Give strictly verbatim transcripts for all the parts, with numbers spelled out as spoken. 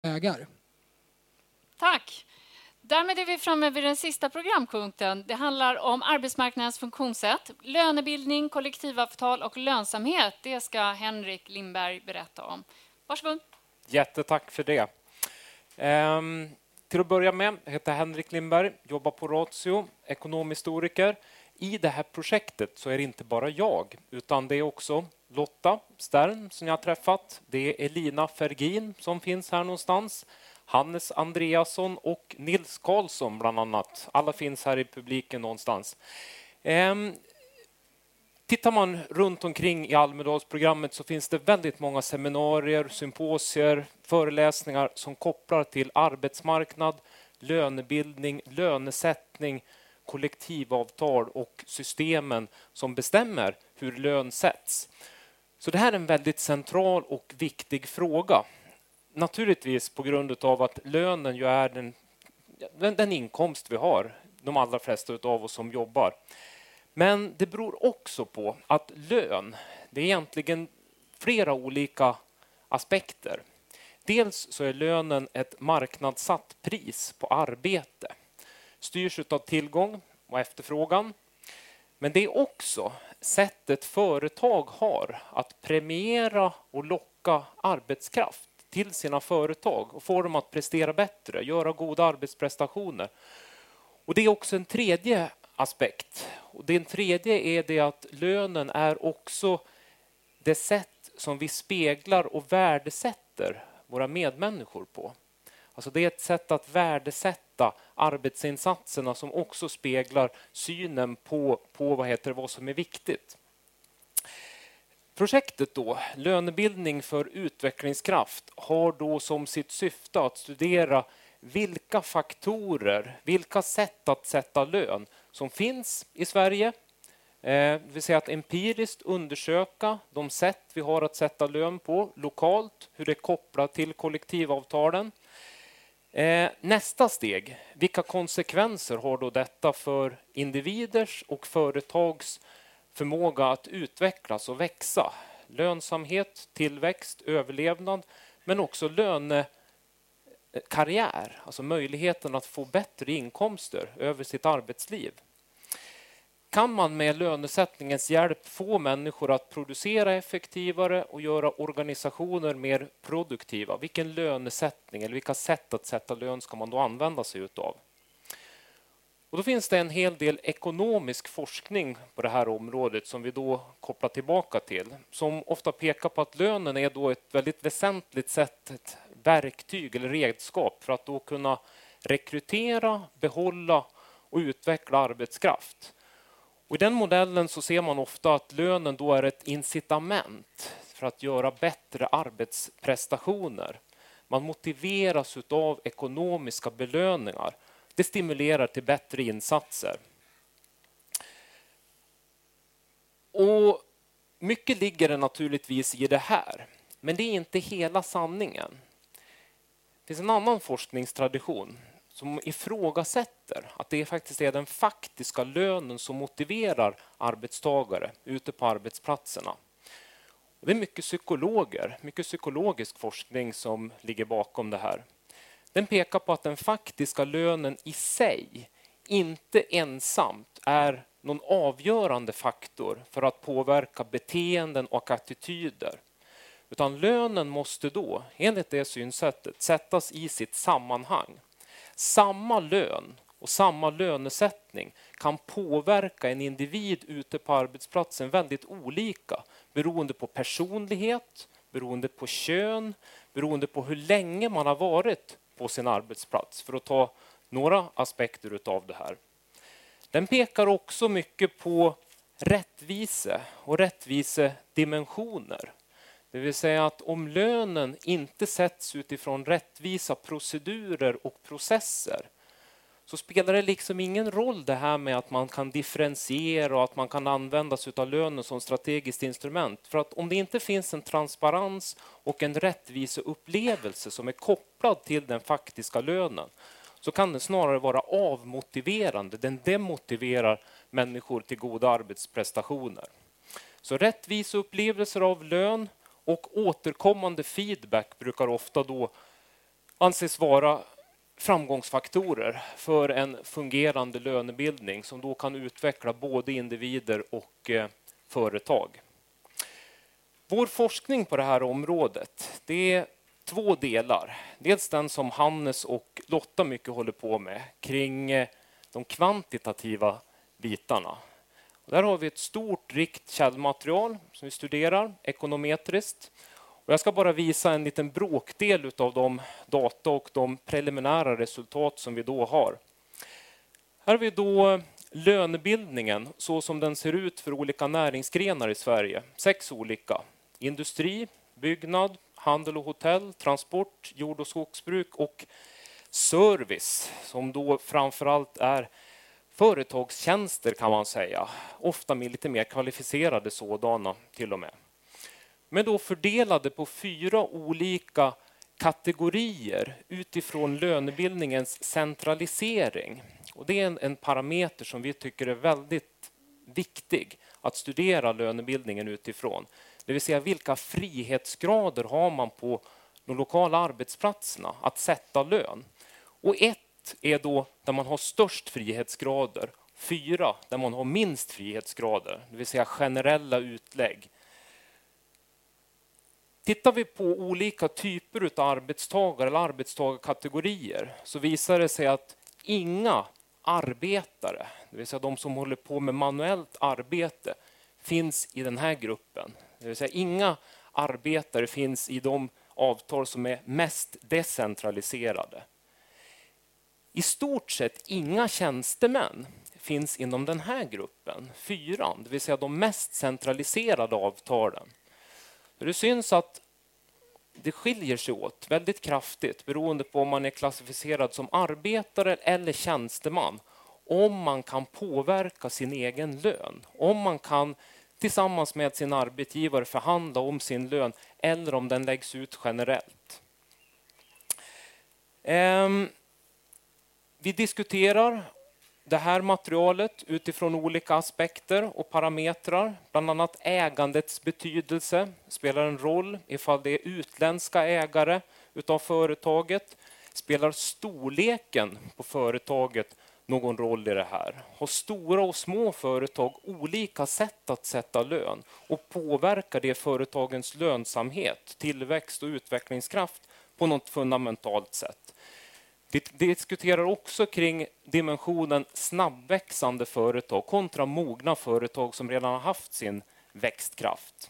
vägar. Tack. Därmed är vi framme vid den sista programpunkten. Det handlar om arbetsmarknadens funktionssätt, lönebildning, kollektivavtal och lönsamhet. Det ska Henrik Lindberg berätta om. Varsågod. Jättetack för det. Ehm, till att börja med, jag heter Henrik Lindberg, jobbar på Ratio, ekonomhistoriker. I det här projektet så är det inte bara jag, utan det är också Lotta Stern som jag har träffat. Det är Elina Fergin som finns här någonstans. Hannes Andreasson och Nils Karlsson bland annat. Alla finns här i publiken någonstans. Ehm, tittar man runt omkring i Almedalsprogrammet så finns det väldigt många seminarier, symposier, föreläsningar som kopplar till arbetsmarknad, lönebildning, lönesättning, kollektivavtal och systemen som bestämmer hur lön sätts. Så det här är en väldigt central och viktig fråga. Naturligtvis på grund av att lönen ju är den, den, den inkomst vi har, de allra flesta av oss som jobbar. Men det beror också på att lön, det är egentligen flera olika aspekter. Dels så är lönen ett marknadssatt pris på arbete. Styrs av tillgång och efterfrågan. Men det är också sättet företag har att premiera och locka arbetskraft till sina företag och få dem att prestera bättre, göra goda arbetsprestationer. Och det är också en tredje aspekt. Och den tredje är det att lönen är också det sätt som vi speglar och värdesätter våra medmänniskor på. Alltså det är ett sätt att värdesätta arbetsinsatserna som också speglar synen på, på vad, heter det, vad som är viktigt. Projektet då, lönebildning för utvecklingskraft, har då som sitt syfte att studera vilka faktorer, vilka sätt att sätta lön som finns i Sverige. Eh, det vill säga att empiriskt undersöka de sätt vi har att sätta lön på lokalt, hur det är kopplat till kollektivavtalen. Eh, nästa steg, vilka konsekvenser har då detta för individers och företags förmåga att utvecklas och växa? Lönsamhet, tillväxt, överlevnad, men också lönekarriär, alltså möjligheten att få bättre inkomster över sitt arbetsliv. Kan man med lönesättningens hjälp få människor att producera effektivare och göra organisationer mer produktiva? Vilken lönesättning eller vilka sätt att sätta lön ska man då använda sig utav? Och då finns det en hel del ekonomisk forskning på det här området som vi då kopplar tillbaka till. Som ofta pekar på att lönen är då ett väldigt väsentligt sätt, ett verktyg eller redskap för att då kunna rekrytera, behålla och utveckla arbetskraft. Och i den modellen så ser man ofta att lönen då är ett incitament för att göra bättre arbetsprestationer. Man motiveras av ekonomiska belöningar. Det stimulerar till bättre insatser. Och mycket ligger det naturligtvis i det här. Men det är inte hela sanningen. Det finns en annan forskningstradition som ifrågasätter att det faktiskt är den faktiska lönen som motiverar arbetstagare ute på arbetsplatserna. Och det är mycket psykologer, mycket psykologisk forskning som ligger bakom det här. Den pekar på att den faktiska lönen i sig inte ensamt är någon avgörande faktor för att påverka beteenden och attityder. Utan lönen måste då, enligt det synsättet, sättas i sitt sammanhang. Samma lön och samma lönesättning kan påverka en individ ute på arbetsplatsen väldigt olika beroende på personlighet, beroende på kön, beroende på hur länge man har varit på sin arbetsplats, för att ta några aspekter utav det här. Den pekar också mycket på rättvise och rättvisedimensioner. Det vill säga att om lönen inte sätts utifrån rättvisa procedurer och processer så spelar det liksom ingen roll det här med att man kan differentiera och att man kan använda sig av lönen som strategiskt instrument. För att om det inte finns en transparens och en rättviseupplevelse som är kopplad till den faktiska lönen så kan den snarare vara avmotiverande. Den demotiverar människor till goda arbetsprestationer. Så rättviseupplevelser av lön och återkommande feedback brukar ofta då anses vara framgångsfaktorer för en fungerande lönebildning som då kan utveckla både individer och eh, företag. Vår forskning på det här området, det är två delar. Dels den som Hannes och Lotta mycket håller på med kring eh, de kvantitativa bitarna. Och där har vi ett stort rikt källmaterial som vi studerar ekonometriskt. Och jag ska bara visa en liten bråkdel av de data och de preliminära resultat som vi då har. Här har vi då lönebildningen så som den ser ut för olika näringsgrenar i Sverige. Sex olika. Industri, byggnad, handel och hotell, transport, jord- och skogsbruk och service som då framförallt är företagstjänster kan man säga. Ofta med lite mer kvalificerade sådana till och med. Men då fördelade på fyra olika kategorier utifrån lönebildningens centralisering. Och det är en, en parameter som vi tycker är väldigt viktig att studera lönebildningen utifrån. Det vill säga vilka frihetsgrader har man på de lokala arbetsplatserna att sätta lön. Och ett är då där man har störst frihetsgrader. Fyra där man har minst frihetsgrader, det vill säga generella utlägg. Tittar vi på olika typer av arbetstagare eller arbetstagarkategorier så visar det sig att inga arbetare, det vill säga de som håller på med manuellt arbete, finns i den här gruppen. Det vill säga inga arbetare finns i de avtal som är mest decentraliserade. I stort sett inga tjänstemän finns inom den här gruppen, fyran, det vill säga de mest centraliserade avtalen. Det syns att det skiljer sig åt väldigt kraftigt beroende på om man är klassificerad som arbetare eller tjänsteman. Om man kan påverka sin egen lön, om man kan tillsammans med sin arbetsgivare förhandla om sin lön eller om den läggs ut generellt. Ehm, vi diskuterar det här materialet utifrån olika aspekter och parametrar. Bland annat ägandets betydelse spelar en roll ifall det är utländska ägare utav företaget. Spelar storleken på företaget någon roll i det här? Har stora och små företag olika sätt att sätta lön och påverkar det företagens lönsamhet, tillväxt och utvecklingskraft på något fundamentalt sätt? Vi diskuterar också kring dimensionen snabbväxande företag kontra mogna företag som redan har haft sin växtkraft.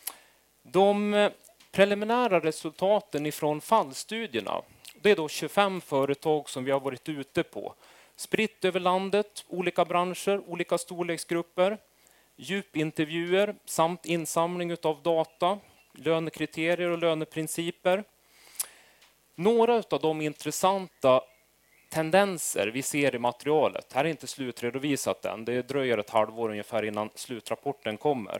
De preliminära resultaten ifrån fallstudierna, det är då tjugofem företag som vi har varit ute på. Spritt över landet, olika branscher, olika storleksgrupper, djupintervjuer samt insamling av data, lönekriterier och löneprinciper. Några av de intressanta tendenser vi ser i materialet, här är inte slutredovisat än, det dröjer ett halvår ungefär innan slutrapporten kommer.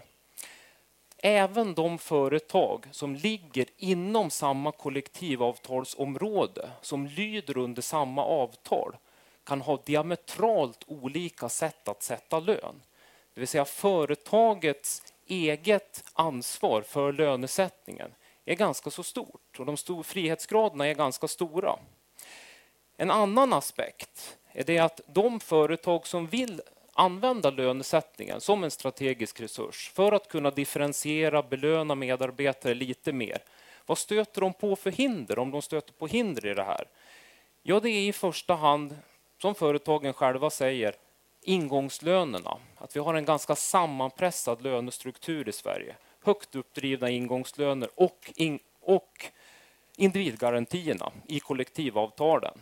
Även de företag som ligger inom samma kollektivavtalsområde, som lyder under samma avtal, kan ha diametralt olika sätt att sätta lön. Det vill säga företagets eget ansvar för lönesättningen är ganska så stort och de stora frihetsgraderna är ganska stora. En annan aspekt är det att de företag som vill använda lönesättningen som en strategisk resurs för att kunna differentiera, belöna medarbetare lite mer. Vad stöter de på för hinder om de stöter på hinder i det här? Ja, det är i första hand, som företagen själva säger, ingångslönerna. Att vi har en ganska sammanpressad lönestruktur i Sverige. Högt uppdrivna ingångslöner och, in, och individgarantierna i kollektivavtalen.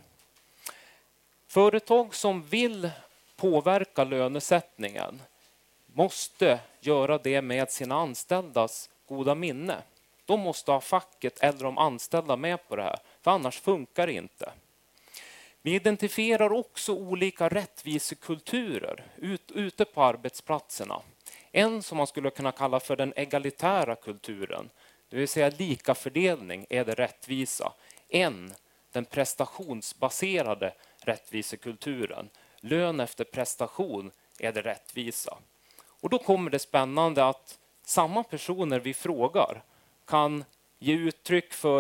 Företag som vill påverka lönesättningen måste göra det med sina anställdas goda minne. De måste ha facket eller de anställda med på det här, för annars funkar det inte. Vi identifierar också olika rättvisekulturer ut, ute på arbetsplatserna. En som man skulle kunna kalla för den egalitära kulturen, det vill säga lika fördelning är det rättvisa. En, den prestationsbaserade rättvisekulturen, lön efter prestation är det rättvisa. Och då kommer det spännande att samma personer vi frågar kan ge uttryck för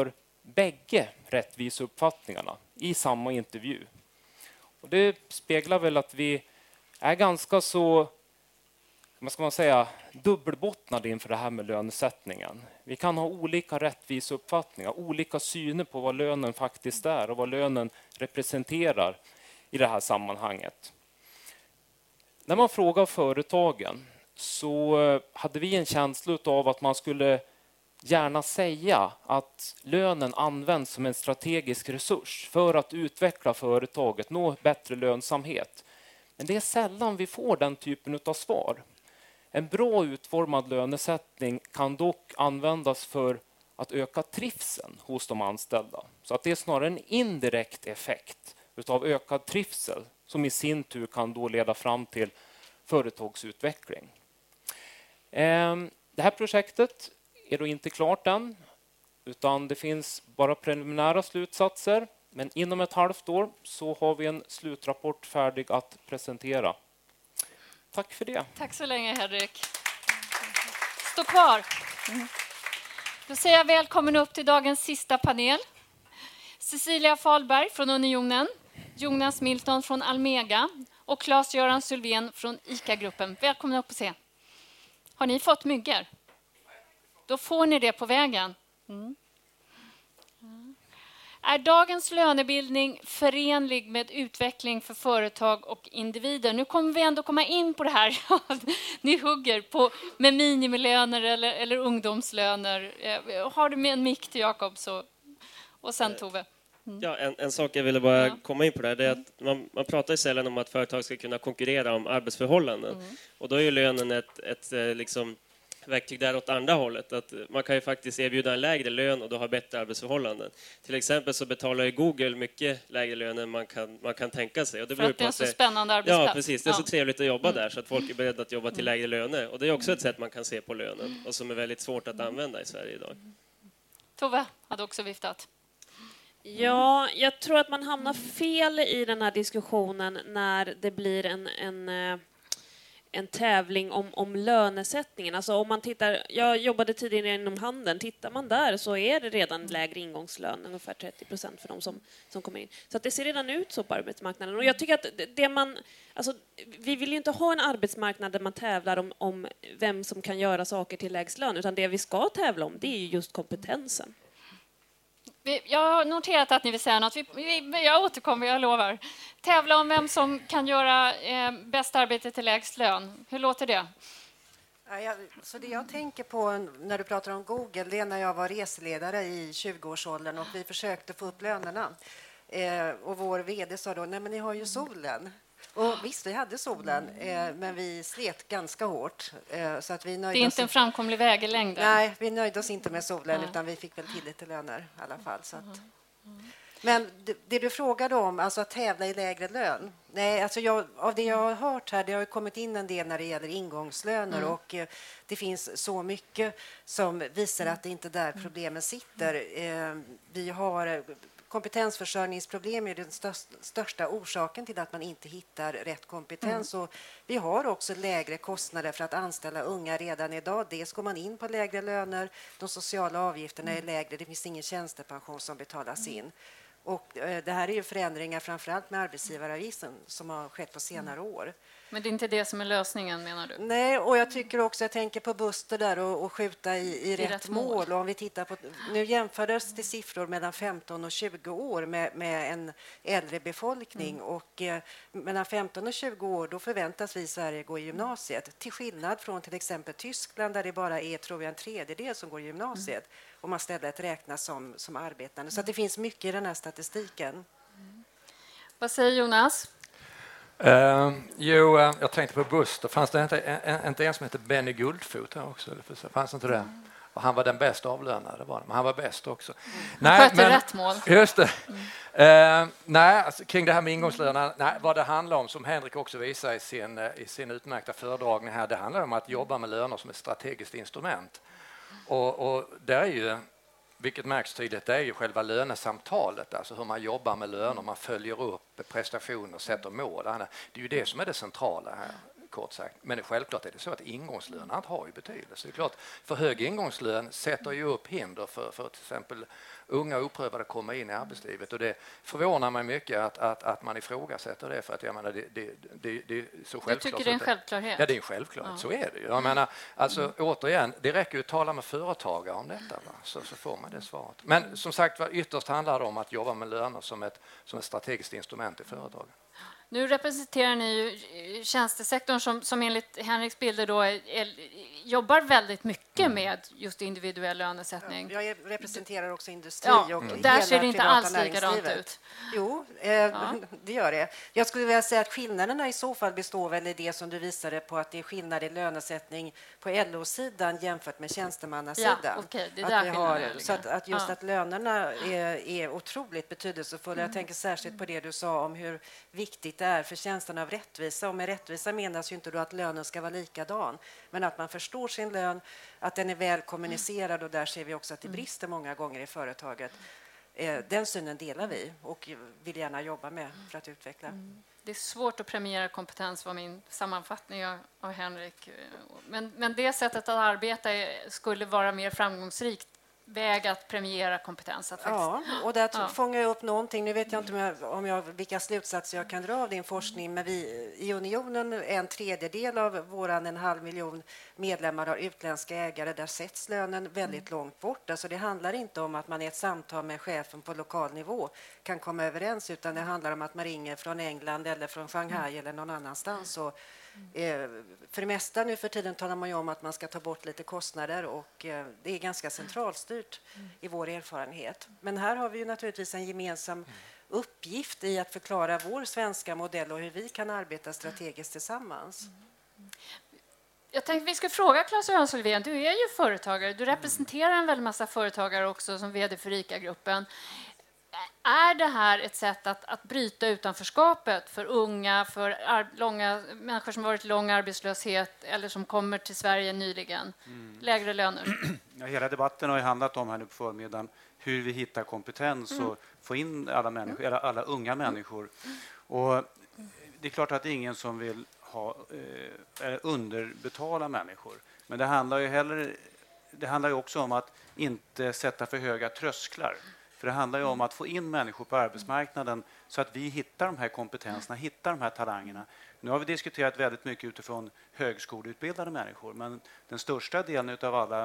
bägge rättviseuppfattningarna i samma intervju. Och det speglar väl att vi är ganska så, vad ska man säga, dubbelbottnade inför det här med lönesättningen. Vi kan ha olika rättviseuppfattningar, olika syner på vad lönen faktiskt är och vad lönen representerar i det här sammanhanget. När man frågar företagen så hade vi en känsla av att man skulle gärna säga att lönen används som en strategisk resurs för att utveckla företaget, nå bättre lönsamhet. Men det är sällan vi får den typen av svar. En bra utformad lönesättning kan dock användas för att öka trivseln hos de anställda. Så att det är snarare en indirekt effekt utav ökad trivsel som i sin tur kan då leda fram till företagsutveckling. Det här projektet är då inte klart än, utan det finns bara preliminära slutsatser. Men inom ett halvt år så har vi en slutrapport färdig att presentera. Tack för det. Tack så länge, Henrik. Stå kvar. Då säger jag välkommen upp till dagens sista panel. Cecilia Fahlberg från Unionen, Jonas Milton från Almega och Claes-Göran Sylvén från ICA-gruppen. Välkomna upp och se. Har ni fått myggor? Då får ni det på vägen. Mm. Är dagens lönebildning förenlig med utveckling för företag och individer? Nu kommer vi ändå komma in på det här. Ni hugger på med minimilöner eller, eller ungdomslöner. Har du med en mick till Jakob så, och sen Tove? Mm. Ja, en, en sak jag ville bara ja. komma in på där, det är att man, man pratar ju sällan om att företag ska kunna konkurrera om arbetsförhållanden. Mm. Och då är ju lönen ett, ett liksom verktyg där åt andra hållet. Att man kan ju faktiskt erbjuda en lägre lön och då ha bättre arbetsförhållanden. Till exempel så betalar ju Google mycket lägre lön än man kan, man kan tänka sig. Och det För att det är en så spännande arbetsplats. Ja, precis. Det är ja. så trevligt att jobba mm. där så att folk är beredda att jobba till lägre löner. Och det är också ett sätt man kan se på lönen och som är väldigt svårt att använda i Sverige idag. Tove hade också viftat. Ja, jag tror att man hamnar fel i den här diskussionen när det blir en, en, en tävling om, om lönesättningen. Alltså om man tittar, jag jobbade tidigare inom handeln, tittar man där så är det redan lägre ingångslön, ungefär trettio procent för de som, som kommer in. Så att det ser redan ut så på arbetsmarknaden. Och jag tycker att det man, alltså, vi vill ju inte ha en arbetsmarknad där man tävlar om, om vem som kan göra saker till lägst lön, utan det vi ska tävla om det är ju just kompetensen. Jag har noterat att ni vill säga något. Vi, vi, jag återkommer, jag lovar. Tävla om vem som kan göra eh, bäst arbete till lägst lön. Hur låter det? Ja, jag, så det jag tänker på när du pratar om Google, det är när jag var reseledare i tjugoårsåldern och vi försökte få upp lönerna. Eh, och vår vd sa då, nej men ni har ju solen. Och visst, vi hade solen, eh, men vi slet ganska hårt. Eh, så att vi nöjde det är inte oss en framkomlig väg i längden. Nej, vi nöjde oss inte med solen, Nej. utan vi fick väl till lite löner i alla fall. Så att. Men det, det du frågade om, alltså att tävla i lägre lön. Nej, alltså jag, av det jag har hört här, det har kommit in en del när det gäller ingångslöner mm. och eh, det finns så mycket som visar att det inte är där problemen sitter. Eh, vi har... Kompetensförsörjningsproblem är den största orsaken till att man inte hittar rätt kompetens. Mm. Och vi har också lägre kostnader för att anställa unga redan idag. Dels går man in på lägre löner, de sociala avgifterna är lägre, det finns ingen tjänstepension som betalas in. Och eh, det här är ju förändringar framförallt med arbetsgivaravgiften som har skett på senare år. Men det är inte det som är lösningen, menar du? Nej, och jag tycker också, jag tänker på Buster där och, och skjuta i, i, I rätt, rätt mål. mål. Och om vi tittar på, nu jämfördes det siffror mellan femton och tjugo år med, med en äldre befolkning. Mm. Och eh, mellan femton och tjugo år då förväntas vi i Sverige gå i gymnasiet. Till skillnad från till exempel Tyskland där det bara är, tror jag, en tredjedel som går i gymnasiet. Mm. Och man istället räknas som, som arbetande. Så att det finns mycket i den här statistiken. Mm. Vad säger Jonas? Uh, jo, uh, jag tänkte på Buster. Fanns det inte en, inte en som heter Benny Guldfot här också? Eller fanns inte det? Mm. Och han var den bäst avlönade, var det. Men han var bäst också. Mm. Nej, sköter men, rätt mål. Just det. Mm. Uh, nej, alltså, kring det här med ingångslönerna, nej, vad det handlar om, som Henrik också visar i sin, uh, i sin utmärkta föredragning här, det handlar om att jobba med löner som ett strategiskt instrument. Och, och det är ju... Vilket märks tydligt, det är ju själva lönesamtalet, alltså hur man jobbar med löner, man följer upp prestationer, sätter mål. Det är ju det som är det centrala här. kort sagt. Men självklart är det så att ingångslönen har ju betydelse. Det är klart, för hög ingångslön sätter ju upp hinder för, för till exempel unga oprövade komma in i arbetslivet. Och det förvånar mig mycket att, att, att man ifrågasätter det. För att jag menar, det, det, det, det är så självklart. Du tycker det är en självklarhet? Ja, det är en självklarhet. Ja. Så är det ju. Jag menar, alltså, mm. återigen, det räcker ju att tala med företagare om detta. Va? Så, så får man det svaret. Men som sagt, vad ytterst handlar det om att jobba med löner som ett, som ett strategiskt instrument i företagen. Nu representerar ni ju tjänstesektorn som, som enligt Henriks bilder då är, är, jobbar väldigt mycket mm. med just individuell lönesättning. Ja, jag representerar också industri ja, och mm. Där ser det inte alls likadant ut. Jo, eh, ja. det gör det. Jag skulle vilja säga att skillnaderna i så fall består väl i det som du visade på, att det är skillnad i lönesättning på L O-sidan jämfört med tjänstemannasidan. Ja, okay. Det är att där vi har, så att, att just ja. att lönerna är, är otroligt betydelsefulla. Mm. Jag tänker särskilt på det du sa om hur viktigt det är för tjänsten av rättvisa. Och med rättvisa menas ju inte då att lönen ska vara likadan, men att man förstår sin lön, att den är väl kommunicerad, och där ser vi också att det brister många gånger i företaget. Den synen delar vi och vill gärna jobba med för att utveckla. Mm. Det är svårt att premiera kompetens, var min sammanfattning av, av Henrik. Men, men det sättet att arbeta är, skulle vara mer framgångsrikt väg att premiera kompetens. Att ja, och där ja. fångar jag upp någonting. Nu vet jag inte om jag, om jag, vilka slutsatser jag kan dra av din forskning, men vi i Unionen, en tredjedel av våran en halv miljon medlemmar har utländska ägare. Där sätts lönen väldigt mm. långt bort. Alltså det handlar inte om att man i ett samtal med chefen på lokal nivå kan komma överens, utan det handlar om att man ringer från England eller från Shanghai mm. eller någon annanstans. Och Eh, för det mesta nu för tiden talar man ju om att man ska ta bort lite kostnader, och eh, det är ganska centralstyrt mm. i vår erfarenhet. Men här har vi ju naturligtvis en gemensam mm. uppgift i att förklara vår svenska modell och hur vi kan arbeta strategiskt tillsammans. Mm. Jag tänkte vi ska fråga Claes-Göran Sylvén, du är ju företagare, du representerar en väldig massa företagare också som vd för ICA-gruppen. Är det här ett sätt att, att bryta utanförskapet för unga, för ar- långa, människor som varit i lång arbetslöshet eller som kommer till Sverige nyligen? Mm. Lägre löner. Ja, hela debatten har ju handlat om här nu på förmiddagen hur vi hittar kompetens mm. och få in alla, människor, eller alla unga människor. Och det är klart att det är ingen som vill ha, eh, underbetala människor. Men det handlar ju heller, det handlar ju också om att inte sätta för höga trösklar. För det handlar ju om att få in människor på arbetsmarknaden så att vi hittar de här kompetenserna, hittar de här talangerna. Nu har vi diskuterat väldigt mycket utifrån högskoleutbildade människor, men den största delen av alla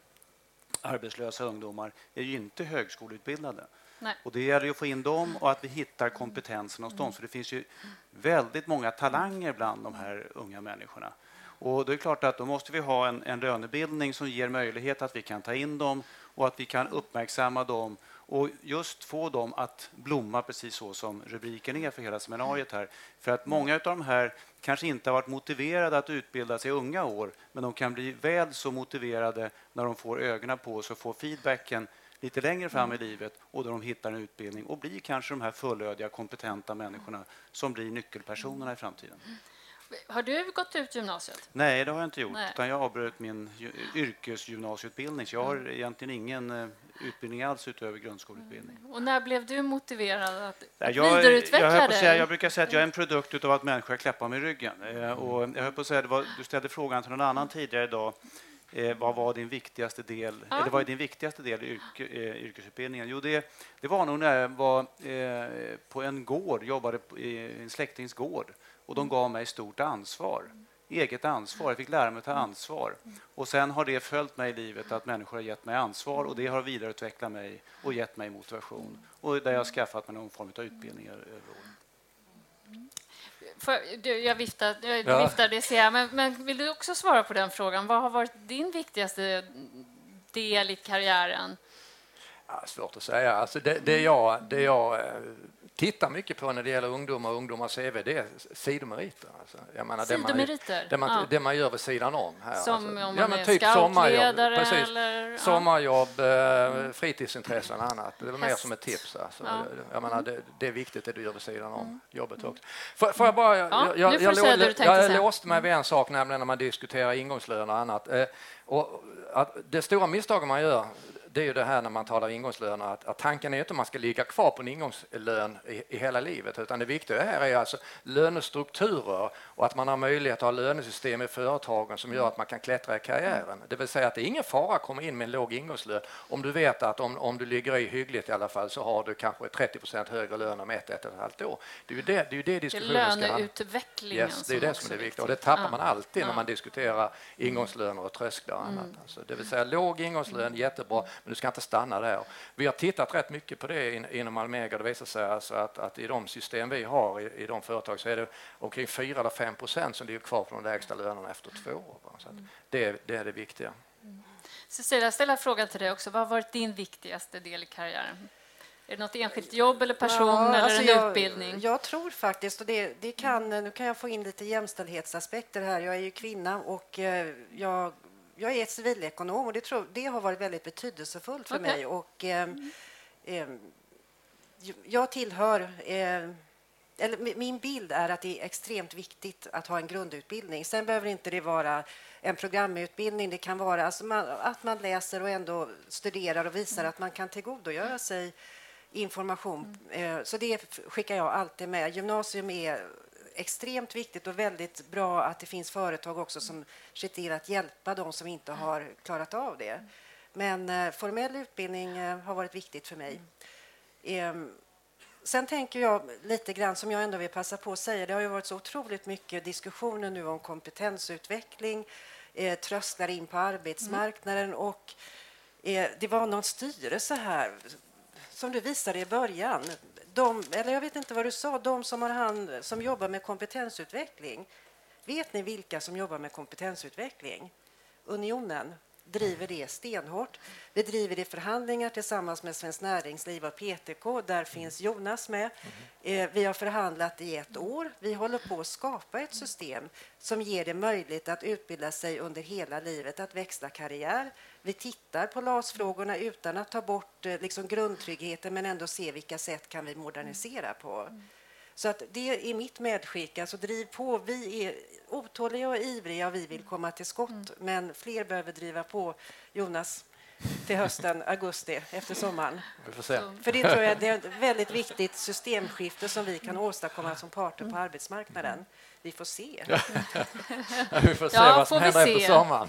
arbetslösa ungdomar är ju inte högskoleutbildade. Nej. Och det gäller ju att få in dem och att vi hittar kompetensen hos dem. Så det finns ju väldigt många talanger bland de här unga människorna. Och det är klart att då måste vi ha en, en lönebildning som ger möjlighet att vi kan ta in dem och att vi kan uppmärksamma dem och just få dem att blomma precis så som rubriken är för hela seminariet här. För att många av de här kanske inte har varit motiverade att utbilda sig i unga år, men de kan bli väl så motiverade när de får ögonen på sig och får feedbacken lite längre fram i livet och då de hittar en utbildning och blir kanske de här fullödiga, kompetenta människorna som blir nyckelpersonerna i framtiden. Har du gått ut gymnasiet? Nej, det har jag inte gjort. Utan jag avbröt min yrkesgymnasieutbildning. Så jag har egentligen ingen uh, utbildning alls utöver grundskoleutbildning. Mm. Och när blev du motiverad att, att jag, vidareutveckla jag, dig? Säga, jag brukar säga att jag är en produkt av att människor klappar mig i ryggen. Uh, och jag höll på att säga, det var, du ställde frågan till någon annan tidigare idag. Eh, vad var din viktigaste del, ja. eller vad är din viktigaste del i yrke, eh, yrkesutbildningen? Jo, det, det var nog när jag var eh, på en gård, jobbade på, i en släktings gård. Och de gav mig stort ansvar, eget ansvar. Jag fick lära mig att ta ansvar. Och sen har det följt mig i livet att människor har gett mig ansvar och det har vidareutvecklat mig och gett mig motivation. Och där jag har skaffat mig någon form av utbildningar över åren. För, du, jag viftar, jag ja. viftar det ser jag. Men, men vill du också svara på den frågan? Vad har varit din viktigaste del i karriären? Ja, svårt att säga. Alltså det, det jag... Det jag tittar mycket på när det gäller ungdomar och ungdomars C V, det är sidomeriter. Alltså, jag menar, sidomeriter? Det man, det, man, ja. det man gör vid sidan om. Här. Som alltså, om man ja, men är typ scoutledare? Precis. Eller, ja. Sommarjobb, eh, fritidsintressen och annat. Det var mer Häst. som ett tips. Alltså. Ja. Jag menar, det, det är viktigt det du gör vid sidan om mm. jobbet också. Får, får jag bara... Ja, jag jag, jag, jag, jag, jag låste mig vid en sak, nämligen när man diskuterar ingångslöner och annat. Eh, och att det stora misstaget man gör, det är ju det här när man talar ingångslöner, att, att tanken är inte att man ska ligga kvar på en ingångslön i, i hela livet, utan det viktiga här är alltså lönestrukturer och att man har möjlighet att ha lönesystem i företagen som gör att man kan klättra i karriären. Det vill säga att det är ingen fara att komma in med en låg ingångslön om du vet att om, om du ligger i hyggligt i alla fall så har du kanske trettio procent högre lön om ett, ett och ett halvt år. Det är ju det, det, är ju det diskussionen ska handla. Löneutvecklingen. Yes, det är det som är det viktiga och det tappar ja. man alltid ja. när man diskuterar ingångslöner och trösklar och annat. Mm. Alltså, det vill säga låg ingångslön, jättebra, men du ska inte stanna där. Vi har tittat rätt mycket på det in, inom Almega. Det visar sig alltså att, att i de system vi har i, i de företag så är det omkring fyra eller fem procent som ligger kvar på de lägsta lönerna efter två år. Så att det, är, det är det viktiga. Mm. Cecilia, jag ställer frågan till dig också. Vad har varit din viktigaste del i karriären? Är det något enskilt jobb eller person ja, eller alltså en jag, utbildning? Jag tror faktiskt, och det, det kan, nu kan jag få in lite jämställdhetsaspekter här. Jag är ju kvinna och eh, jag, jag är civilekonom och det, tror, det har varit väldigt betydelsefullt för okay. mig. Och, eh, mm. eh, jag tillhör... Eh, eller min bild är att det är extremt viktigt att ha en grundutbildning. Sen behöver inte det vara en programutbildning. Det kan vara alltså man, att man läser och ändå studerar och visar att man kan tillgodogöra sig information. Mm. Så det skickar jag alltid med. Gymnasium är extremt viktigt och väldigt bra att det finns företag också som ser till att hjälpa de som inte har klarat av det. Men formell utbildning har varit viktigt för mig. Sen tänker jag lite grann som jag ändå vill passa på att säga. Det har ju varit så otroligt mycket diskussioner nu om kompetensutveckling, eh, trösklar in på arbetsmarknaden mm. och eh, det var någon styrelse här som du visade i början. De, eller jag vet inte vad du sa, de som har hand, som jobbar med kompetensutveckling. Vet ni vilka som jobbar med kompetensutveckling? Unionen driver det stenhårt. Vi driver det förhandlingar tillsammans med Svenskt Näringsliv och P T K. Där finns Jonas med. Eh, vi har förhandlat i ett år. Vi håller på att skapa ett system som ger det möjlighet att utbilda sig under hela livet, att växla karriär. Vi tittar på L A S-frågorna utan att ta bort eh, liksom grundtryggheten men ändå se vilka sätt kan vi modernisera på. Så att det är mitt medskick. Alltså driv på. Vi är otåliga och ivriga och vi vill komma till skott. Mm. Men fler behöver driva på, Jonas, till hösten, augusti, efter sommaren. Vi får se. För det tror jag det är ett väldigt viktigt systemskifte som vi kan åstadkomma som parter på arbetsmarknaden. Vi får se. Vi får se ja, vad som händer efter sommaren.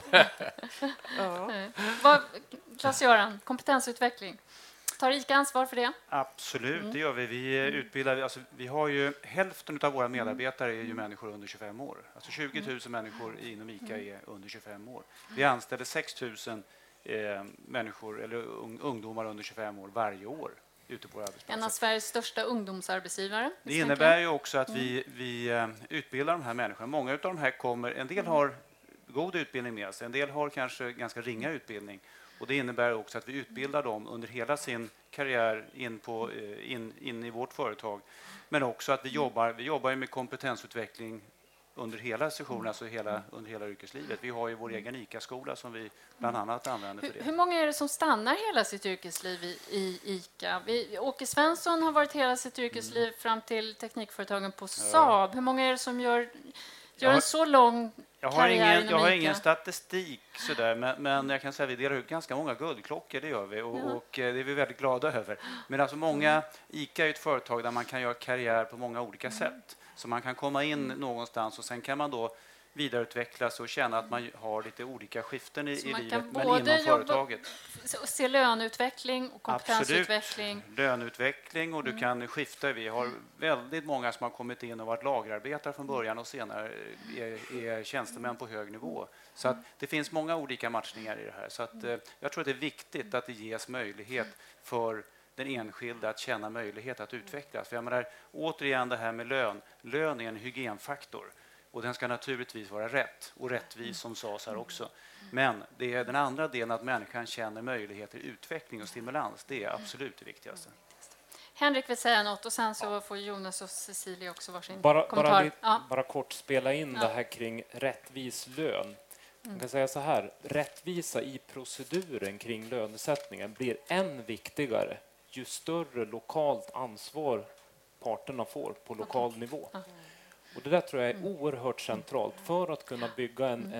ja. Claes-Göran, kompetensutveckling. Tar ICA ansvar för det? Absolut, mm. det gör vi. Vi utbildar, alltså, vi har ju hälften av våra medarbetare är ju människor under tjugofem år. Alltså tjugo tusen människor inom ICA är under tjugofem år. Vi anställer sex tusen eh, människor eller un, ungdomar under tjugofem år varje år ute på arbetsplatser. En av Sveriges största ungdomsarbetsgivare. Det innebär ju också att vi, vi uh, utbildar de här människorna. Många av de här kommer, en del har god utbildning med sig, en del har kanske ganska ringa utbildning. Och det innebär också att vi utbildar dem under hela sin karriär in, på, in, in i vårt företag. Men också att vi jobbar, vi jobbar med kompetensutveckling under hela sessionen, alltså hela, under hela yrkeslivet. Vi har ju vår egen ICA-skola som vi bland annat använder för det. Hur, hur många är det som stannar hela sitt yrkesliv i, i ICA? Vi, Åke Svensson har varit hela sitt yrkesliv mm. fram till teknikföretagen på Saab. Ja. Hur många är det som gör, gör en så lång Jag har ingen, jag har ingen statistik sådär, men, men jag kan säga att vi delar ut ganska många guldklockor, det gör vi och, ja. och det är vi väldigt glada över. Men alltså många, ICA är ett företag där man kan göra karriär på många olika mm. sätt. Så man kan komma in mm. någonstans och sen kan man då vidareutvecklas och känna att man har lite olika skiften i, i livet, men inom företaget. Se löneutveckling och kompetensutveckling. Absolut. Löneutveckling och du mm. kan skifta. Vi har väldigt många som har kommit in och varit lagerarbetare från början och senare är, är tjänstemän på hög nivå. Så att det finns många olika matchningar i det här. Så att, eh, jag tror att det är viktigt att det ges möjlighet för den enskilda att känna möjlighet att utvecklas. För jag menar, återigen det här med lön. Lön är en hygienfaktor. Och den ska naturligtvis vara rätt och rättvis som sades här också. Men det är den andra delen att människan känner möjligheter till utveckling och stimulans. Det är absolut det viktigaste. Henrik vill säga något och sen så får Jonas och Cecilia också varsin bara, kommentar. Bara, lite, ja. bara kort spela in ja. det här kring rättvis lön. Man kan säga så här, rättvisa i proceduren kring lönesättningen blir än viktigare ju större lokalt ansvar parterna får på lokal okay. nivå. Ja. Och det där tror jag är oerhört centralt för att kunna bygga en, en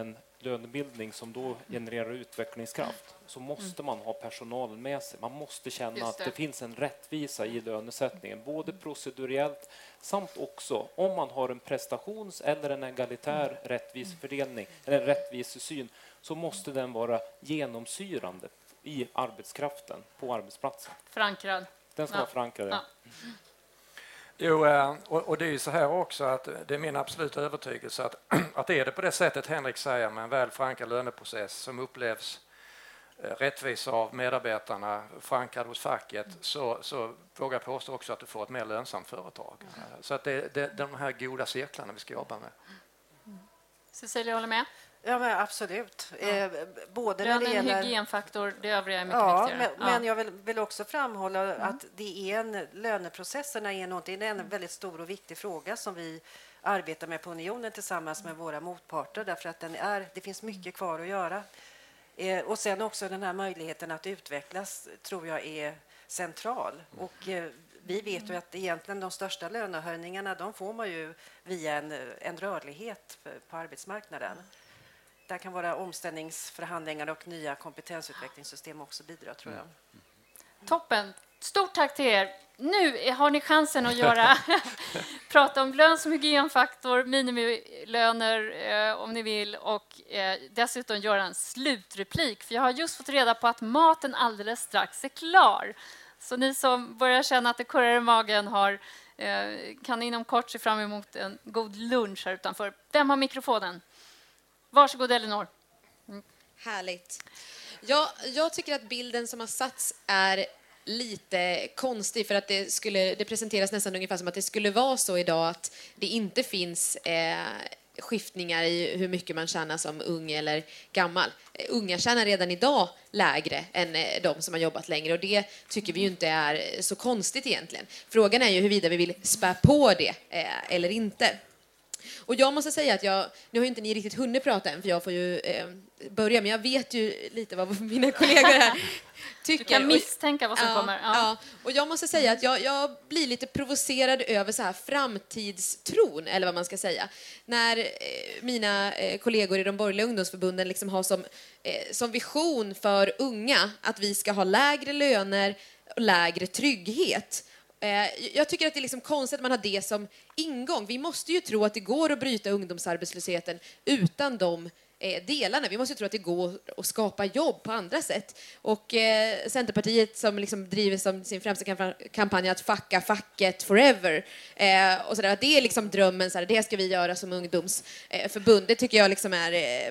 lönebildning som då genererar utvecklingskraft, så måste man ha personalen med sig. Man måste känna Just att det. det finns en rättvisa i lönesättningen, både proceduriellt samt också om man har en prestations- eller en egalitär rättvisefördelning eller en rättvisesyn, så måste den vara genomsyrande i arbetskraften på arbetsplatsen. Förankrad. Den ska Ja. vara förankrad. Ja. Jo, eh, och, och det är ju så här också att det är min absoluta övertygelse att, att är det på det sättet Henrik säger, med en väl förankrad löneprocess som upplevs eh, rättvis av medarbetarna, förankrad hos facket, så, så vågar jag påstå också att du får ett mer lönsamt företag. Eh, Så att det, det är de här goda cirklarna vi ska jobba med. Cecilia håller med. Ja, men absolut. Ja. Eh, både när det Lönen, gäller... hygienfaktor, det övriga är mycket Ja, viktigare. men, men jag vill, vill också framhålla att det är en, löneprocesserna är någonting, det är en väldigt stor och viktig fråga som vi arbetar med på Unionen tillsammans med våra motparter, därför att den är, det finns mycket kvar att göra. Eh, och sen också den här möjligheten att utvecklas tror jag är central. Och eh, vi vet ju att egentligen de största lönehöjningarna, de får man ju via en, en rörlighet på arbetsmarknaden. Där kan vara omställningsförhandlingar och nya kompetensutvecklingssystem också bidra, tror jag. Toppen. Stort tack till er. Nu har ni chansen att göra prata om lön som hygienfaktor, minimilöner eh, om ni vill, och eh, dessutom göra en slutreplik. För jag har just fått reda på att maten alldeles strax är klar. Så ni som börjar känna att det kurrar i magen har, eh, kan inom kort se fram emot en god lunch här utanför. Vem har mikrofonen? Varsågod, Elinor. Härligt. Ja, jag tycker att bilden som har satts är lite konstig, för att det, skulle, det presenteras nästan ungefär som att det skulle vara så idag att det inte finns eh, skiftningar i hur mycket man tjänar som ung eller gammal. Eh, unga tjänar redan idag lägre än eh, de som har jobbat längre, och det tycker vi ju inte är så konstigt egentligen. Frågan är ju huruvida vi vill spä på det eh, eller inte. Och jag måste säga att jag, nu har ju inte ni riktigt hunnit prata än, för jag får ju eh, börja, men jag vet ju lite vad mina kollegor här tycker. Du kan misstänka vad som ja, kommer. Ja. Ja. Och jag måste säga att jag, jag blir lite provocerad över så här framtidstron, eller vad man ska säga. När eh, mina eh, kollegor i de borgerliga ungdomsförbunden liksom har som, eh, som vision för unga att vi ska ha lägre löner och lägre trygghet. Jag tycker att det är liksom konstigt att man har det som ingång. Vi måste ju tro att det går att bryta ungdomsarbetslösheten utan de delarna. Vi måste ju tro att det går att skapa jobb på andra sätt. Och eh, Centerpartiet som liksom driver som sin främsta kampanj att fucka facket forever. Eh, och så där, att det är liksom drömmen, så här, det ska vi göra som ungdomsförbund. Det tycker jag liksom är... Eh,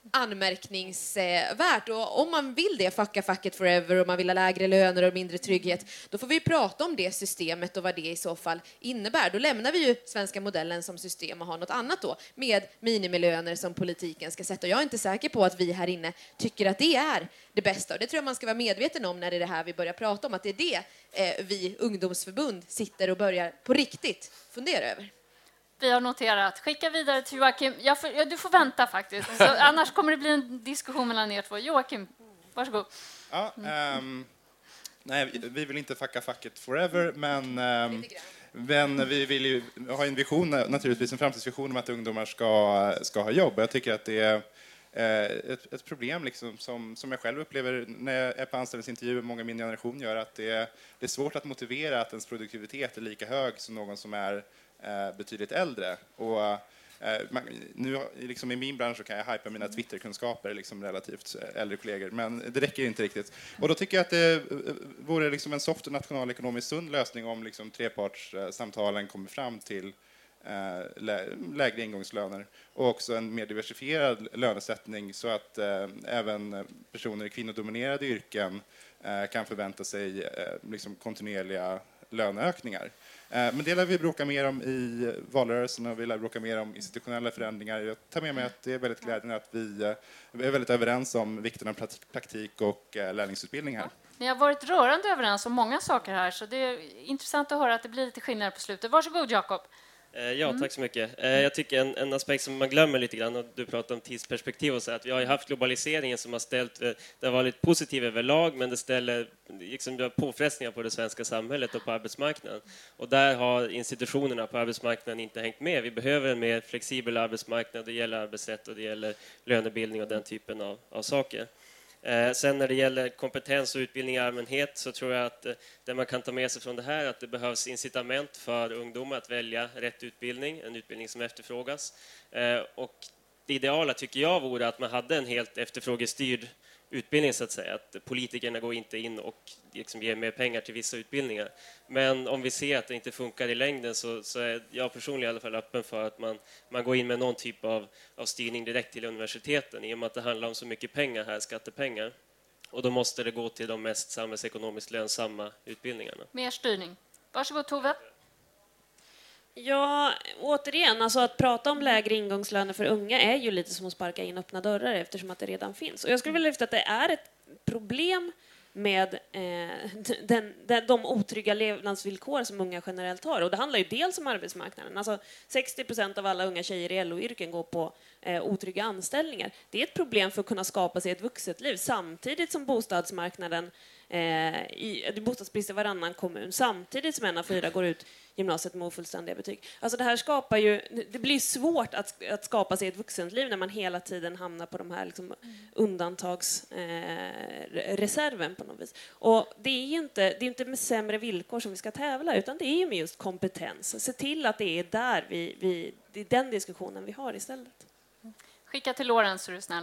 anmärkningsvärt, och om man vill det, fucka facket forever, och man vill ha lägre löner och mindre trygghet, då får vi prata om det systemet och vad det i så fall innebär. Då lämnar vi ju svenska modellen som system och har något annat då, med minimilöner som politiken ska sätta. Och jag är inte säker på att vi här inne tycker att det är det bästa, och det tror jag man ska vara medveten om när det är det här vi börjar prata om, att det är det eh, vi ungdomsförbund sitter och börjar på riktigt fundera över. Vi har noterat. Skicka vidare till Joakim. Jag får, ja, du får vänta faktiskt. Så, annars kommer det bli en diskussion mellan er två. Joakim, varsågod. Ja, um, nej, vi vill inte fucka facket forever, men, um, men vi vill ju ha en vision, naturligtvis en framtidsvision om att ungdomar ska, ska ha jobb. Jag tycker att det är ett, ett problem liksom, som, som jag själv upplever när jag är på anställningsintervjuer, många i min generation gör, att det är, det är svårt att motivera att ens produktivitet är lika hög som någon som är betydligt äldre. Och eh, man, nu liksom i min bransch så kan jag hypa mina Twitter-kunskaper liksom relativt äldre kollegor, men det räcker inte riktigt. Och då tycker jag att det vore liksom en soft och nationalekonomiskt sund lösning om liksom trepartssamtalen kommer fram till eh, lä lägre ingångslöner och också en mer diversifierad lönesättning, så att eh, även personer i kvinnodominerade yrken eh, kan förvänta sig eh, liksom kontinuerliga löneökningar. Men det lär vi bråka mer om i valrörelsen, och vi lär bråka mer om institutionella förändringar. Jag tar med mig att det är väldigt glädjande att vi är väldigt överens om vikten av praktik och lärlingsutbildning här. Ni har varit rörande överens om många saker här, så det är intressant att höra att det blir lite skillnad på slutet. Varsågod, Jakob. Ja, tack så mycket. Jag tycker en, en aspekt som man glömmer lite grann, och du pratar om tidsperspektiv och så, att vi har ju haft globaliseringen som har ställt, det har varit positiv överlag, men det ställer liksom, det har påfrestningar på det svenska samhället och på arbetsmarknaden. Och där har institutionerna på arbetsmarknaden inte hängt med. Vi behöver en mer flexibel arbetsmarknad, det gäller arbetsrätt och det gäller lönebildning och den typen av, av saker. Eh, sen när det gäller kompetens och utbildning i allmänhet så tror jag att eh, det man kan ta med sig från det här är att det behövs incitament för ungdomar att välja rätt utbildning, en utbildning som efterfrågas. Eh, och det ideala tycker jag vore att man hade en helt efterfrågestyrd utbildning så att säga, att politikerna går inte in och liksom ger mer pengar till vissa utbildningar. Men om vi ser att det inte funkar i längden så, så är jag personligen i alla fall öppen för att man, man går in med någon typ av, av styrning direkt till universiteten i och med att det handlar om så mycket pengar här, skattepengar. Och då måste det gå till de mest samhällsekonomiskt lönsamma utbildningarna. Mer styrning. Varsågod Tove. Ja, återigen, alltså att prata om lägre ingångslöner för unga är ju lite som att sparka in öppna dörrar eftersom att det redan finns. Och jag skulle vilja lyfta att det är ett problem med eh, den, den, de otrygga levnadsvillkor som unga generellt har. Och det handlar ju dels om arbetsmarknaden. Alltså sextio procent av alla unga tjejer i L O-yrken går på eh, otrygga anställningar. Det är ett problem för att kunna skapa sig ett vuxet liv samtidigt som bostadsmarknaden eh, i, det är bostadsbrist i varannan kommun samtidigt som en av fyra går ut gymnasiet med ofullständiga betyg. Alltså det här skapar ju, det blir svårt att, att skapa sig ett vuxenliv när man hela tiden hamnar på de här liksom undantagsreserven eh, på något vis. Och det är ju inte, det är inte med sämre villkor som vi ska tävla utan det är ju med just kompetens. Se till att det är där vi, vi det är den diskussionen vi har istället. Skicka till Lorenz så är du snäll.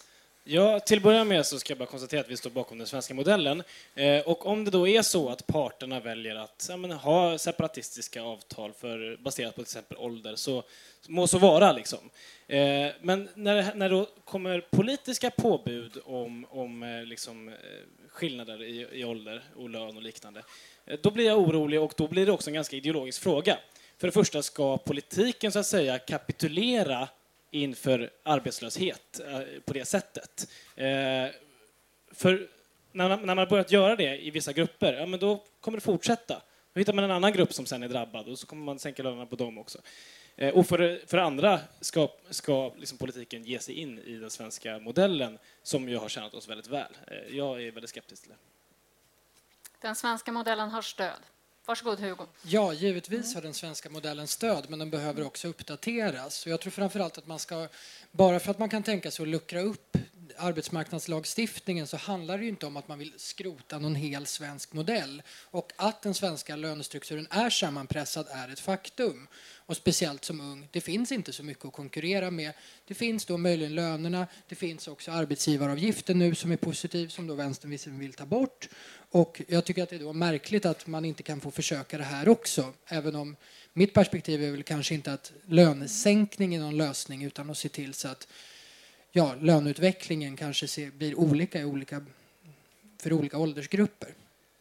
Ja, till att börja med så ska jag bara konstatera att vi står bakom den svenska modellen. Eh, och om det då är så att parterna väljer att ja, men, ha separatistiska avtal för, baserat på till exempel ålder så må så vara liksom. Eh, men när, när då kommer politiska påbud om, om eh, liksom, eh, skillnader i, i ålder och lön och liknande, eh, då blir jag orolig och då blir det också en ganska ideologisk fråga. För det första ska politiken så att säga kapitulera inför arbetslöshet eh, på det sättet. Eh, för när man, när man har börjat göra det i vissa grupper, ja, men då kommer det fortsätta. Då hittar man en annan grupp som sen är drabbad och så kommer man sänka lönerna på dem också. Eh, och för, för andra ska, ska liksom politiken ge sig in i den svenska modellen som ju har tjänat oss väldigt väl. Eh, jag är väldigt skeptisk till det. Den svenska modellen har stöd. Varsågod Hugo. Ja, givetvis har den svenska modellen stöd, men den behöver också uppdateras. Och jag tror framförallt att man ska, bara för att man kan tänka sig att luckra upp arbetsmarknadslagstiftningen så handlar det ju inte om att man vill skrota någon hel svensk modell. Och att den svenska lönestrukturen är sammanpressad är ett faktum. Och speciellt som ung, det finns inte så mycket att konkurrera med. Det finns då möjligen lönerna, det finns också arbetsgivaravgiften nu som är positiv, som då vänstern vill ta bort. Och jag tycker att det är då märkligt att man inte kan få försöka det här också. Även om mitt perspektiv är väl kanske inte att lönesänkning är någon lösning utan att se till så att ja, löneutvecklingen kanske ser, blir olika, i olika för olika åldersgrupper.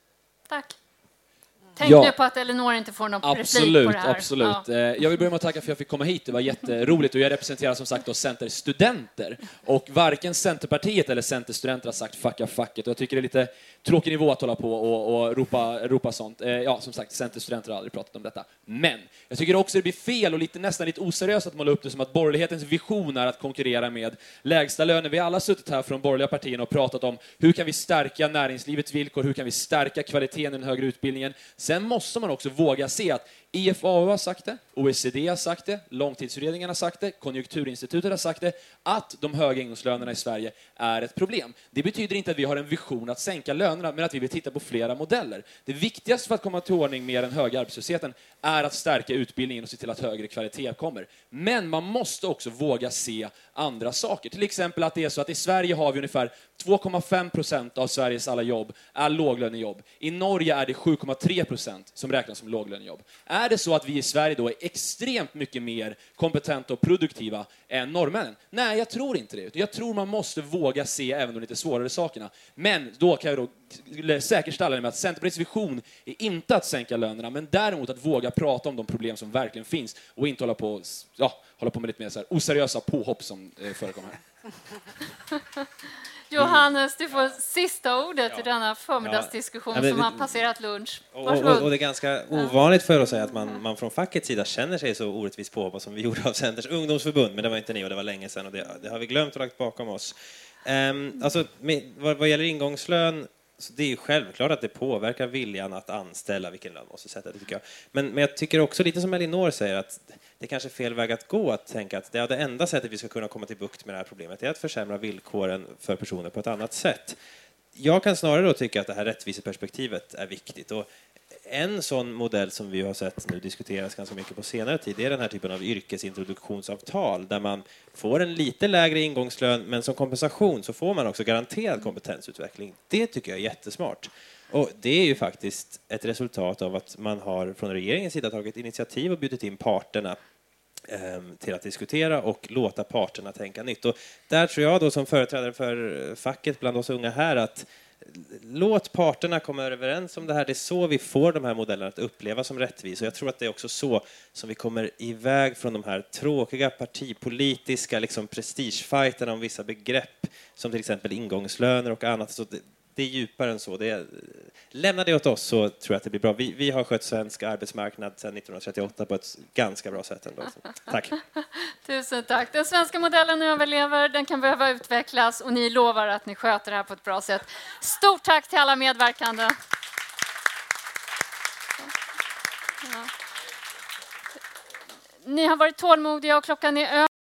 Tack. Tänk ja. nu på att Elinor inte får någon absolut, replik på det här. Absolut. Ja. Jag vill börja med att tacka för att jag fick komma hit. Det var jätteroligt och jag representerar som sagt då Centerstudenter. Och varken Centerpartiet eller Centerstudenter har sagt fucka facket. Och jag tycker det är lite tråkig nivå att hålla på och, och ropa, ropa sånt. Ja, som sagt, Centerstudenter har aldrig pratat om detta. Men jag tycker också det blir fel och lite, nästan lite oseriöst att måla upp det som att borgerlighetens vision är att konkurrera med lägsta löner. Vi har alla suttit här från borgerliga partierna och pratat om hur kan vi stärka näringslivets villkor, hur kan vi stärka kvaliteten i den högre utbildningen. Sen måste man också våga se att I F A U har sagt det, O E C D har sagt det, långtidsutredningen har sagt det, Konjunkturinstitutet har sagt det, att de höga ingångslönerna i Sverige är ett problem. Det betyder inte att vi har en vision att sänka lönerna, men att vi vill titta på flera modeller. Det viktigaste för att komma till ordning med den höga arbetslösheten är att stärka utbildningen och se till att högre kvalitet kommer. Men man måste också våga se andra saker. Till exempel att det är så att i Sverige har vi ungefär två komma fem procent av Sveriges alla jobb är låglönejobb. I Norge är det sju komma tre procent som räknas som låglönejobb. Är det så att vi i Sverige då är extremt mycket mer kompetenta och produktiva än norrmännen? Nej, jag tror inte det. Jag tror man måste våga se även de lite svårare sakerna. Men då kan jag då säkerställa det med att Centerpartiets vision är inte att sänka lönerna, men däremot att våga prata om de problem som verkligen finns och inte hålla på, ja, hålla på med lite mer så här oseriösa påhopp som eh, förekommer här. Johannes, du får sista ordet Ja. i denna förmiddagsdiskussion Ja, men- som har passerat lunch. Och, Varsågod. och, och det är ganska ovanligt för att säga att man, man från fackets sida känner sig så orättvist påhoppad som vi gjorde av Centerns ungdomsförbund, men det var inte ni och det var länge sedan och det, det har vi glömt och lagt bakom oss. Um, alltså, med, vad, vad gäller ingångslön, så det är ju självklart att det påverkar viljan att anställa, vilken lön man måste sätta, det tycker jag. Men, men jag tycker också, lite som Elinor säger, att det är kanske är fel väg att gå att tänka att det, det enda sättet vi ska kunna komma till bukt med det här problemet är att försämra villkoren för personer på ett annat sätt. Jag kan snarare då tycka att det här rättviseperspektivet är viktigt. Och en sån modell som vi har sett nu diskuteras ganska mycket på senare tid är den här typen av yrkesintroduktionsavtal där man får en lite lägre ingångslön, men som kompensation så får man också garanterad kompetensutveckling. Det tycker jag är jättesmart. Och det är ju faktiskt ett resultat av att man har från regeringens sida tagit initiativ och bjudit in parterna eh, till att diskutera och låta parterna tänka nytt. Och där tror jag då som företrädare för facket bland oss unga här att låt parterna komma överens om det här. Det är så vi får de här modellerna att uppleva som rättvis. Och jag tror att det är också så som vi kommer iväg från de här tråkiga partipolitiska liksom prestigefajterna om vissa begrepp som till exempel ingångslöner och annat. Så det, det är djupare än så. Det är, lämna det åt oss så tror jag att det blir bra. Vi, vi har skött svensk arbetsmarknad sedan nittonhundratrettioåtta på ett ganska bra sätt ändå. Så, tack. Tusen tack. Den svenska modellen överlever, den kan behöva utvecklas och ni lovar att ni sköter det här på ett bra sätt. Stort tack till alla medverkande. Ja. Ni har varit tålmodiga och klockan är över.